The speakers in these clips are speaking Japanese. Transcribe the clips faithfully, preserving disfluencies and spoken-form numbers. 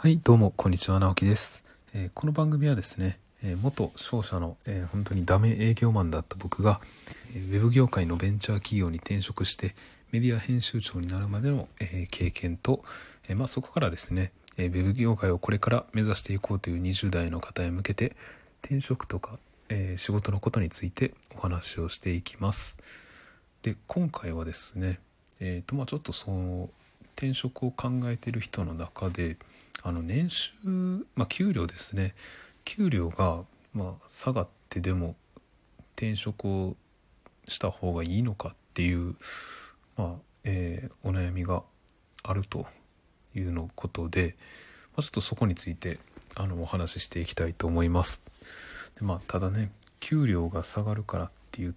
はい、どうもこんにちは、直樹です。えーこの番組はですね、えー元商社の、えー本当にダメ営業マンだった僕が、えーウェブ業界のベンチャー企業に転職してメディア編集長になるまでの、えー経験と、えーまあ、そこからですね、えーウェブ業界をこれから目指していこうというにじゅう代の方へ向けて転職とか、えー仕事のことについてお話をしていきます。で、今回はですね、えーとまあ、ちょっとその転職を考えている人の中であの年収、まあ、給料ですね、給料がまあ下がってでも転職をした方がいいのかっていう、まあえーお悩みがあるというのことで、まあ、ちょっとそこについてあのお話ししていきたいと思います。で、まあ、ただね、給料が下がるからって言って、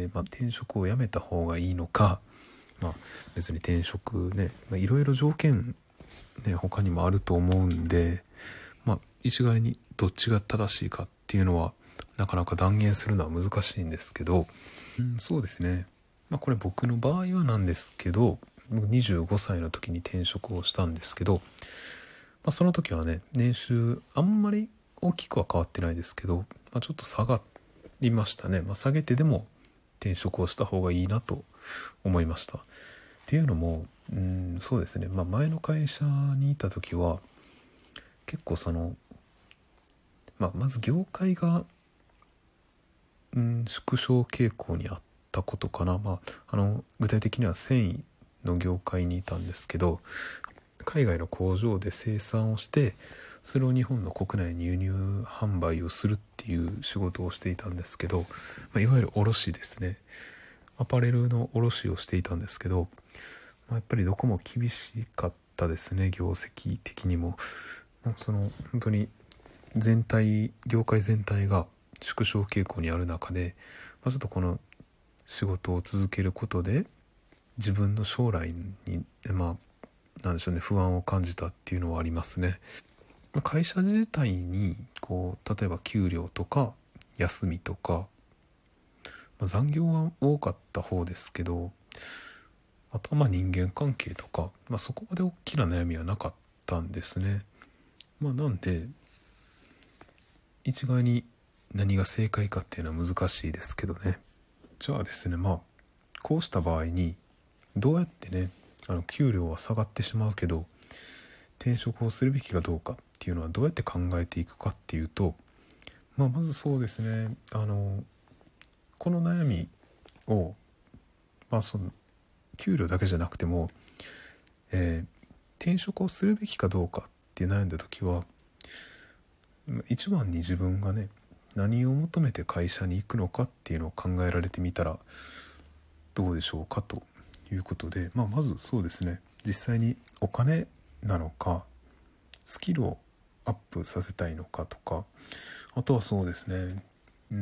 まあ、転職をやめた方がいいのか、まあ、別に転職ね、まあ、いろいろ条件ね他にもあると思うんで、まあ、一概にどっちが正しいかっていうのはなかなか断言するのは難しいんですけど、うん、そうですね、まあ、これ僕の場合はなんですけど、僕にじゅうごさいの時に転職をしたんですけど、まあ、その時はね、年収あんまり大きくは変わってないですけど、まあ、ちょっと下がりましたね。まあ、下げてでも転職をした方がいいなと思いました。っていうのも、うん、そうですね、まあ、前の会社にいた時は結構その、まあ、まず業界が、うん、縮小傾向にあったことかな。まあ、あの具体的には繊維の業界にいたんですけど、海外の工場で生産をしてそれを日本の国内に輸入販売をするっていう仕事をしていたんですけど、まあ、いわゆる卸ですね、アパレルの卸をしていたんですけど、まあ、やっぱりどこも厳しかったですね、業績的にも。まあその本当に全体業界全体が縮小傾向にある中で、まあ、ちょっとこの仕事を続けることで自分の将来にまあなんでしょうね、不安を感じたっていうのはありますね。会社自体にこう例えば給料とか休みとか、まあ、残業は多かった方ですけど、あとはまあ人間関係とか、まあ、そこまで大きな悩みはなかったんですね。まあ、なんで一概に何が正解かっていうのは難しいですけどね。じゃあですね、まあこうした場合にどうやってね、あの給料は下がってしまうけど転職をするべきかどうかっていうのはどうやって考えていくかっていうと、まあ、まずそうですね、あのこの悩みを、まあ、その給料だけじゃなくても、えー転職をするべきかどうかって悩んだ時は、一番に自分がね何を求めて会社に行くのかっていうのを考えられてみたらどうでしょうかということで、まあ、まずそうですね、実際にお金なのかスキルをアップさせたいのかとか、あとはそうですね、うん、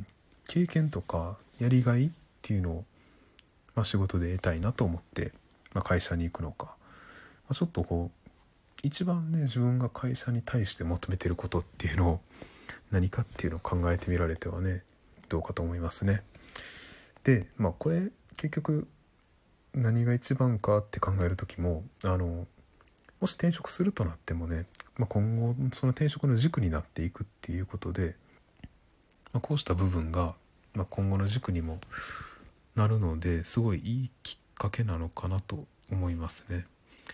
経験とかやりがいっていうのを、まあ、仕事で得たいなと思って、まあ、会社に行くのか、まあ、ちょっとこう一番ね自分が会社に対して求めてることっていうのを何かっていうのを考えてみられてはねどうかと思いますね。で、まあこれ結局何が一番かって考える時も、あのもし転職するとなってもね、まあ、今後その転職の軸になっていくっていうことで、まあ、こうした部分が、まあ、今後の軸にもなるのですごいいいきっかけなのかなと思いますね。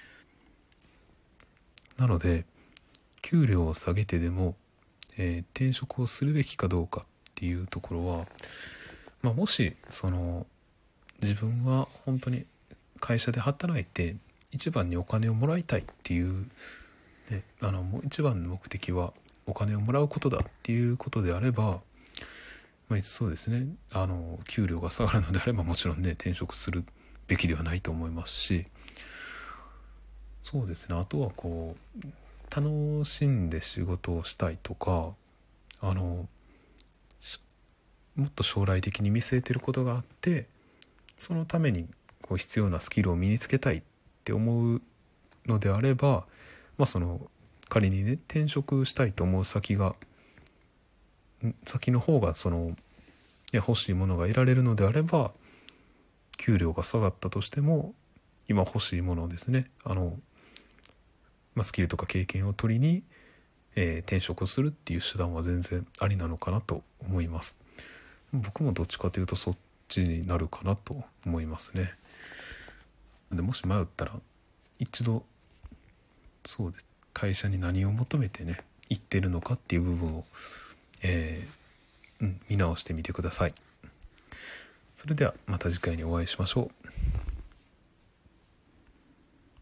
なので給料を下げてでも、えー転職をするべきかどうかっていうところは、まあ、もしその自分は本当に会社で働いて一番にお金をもらいたいっていう、ね、あのもう一番の目的はお金をもらうことだっていうことであれば、まあ、そうですね、あの給料が下がるのであればもちろんね転職するべきではないと思いますし、そうですね、あとはこう楽しんで仕事をしたいとか、あのもっと将来的に見据えてることがあってそのためにこう必要なスキルを身につけたいって思うのであれば、まあ、その仮にね転職したいと思う先が先の方がそのいや欲しいものが得られるのであれば、給料が下がったとしても今欲しいものをですね、あのまあ、スキルとか経験を取りに、えー転職をするっていう手段は全然ありなのかなと思います。僕もどっちかというとそっちになるかなと思いますね。でもし迷ったら一度そうです会社に何を求めてね行ってるのかっていう部分を、えーうん、見直してみてください。それではまた次回にお会いしましょう。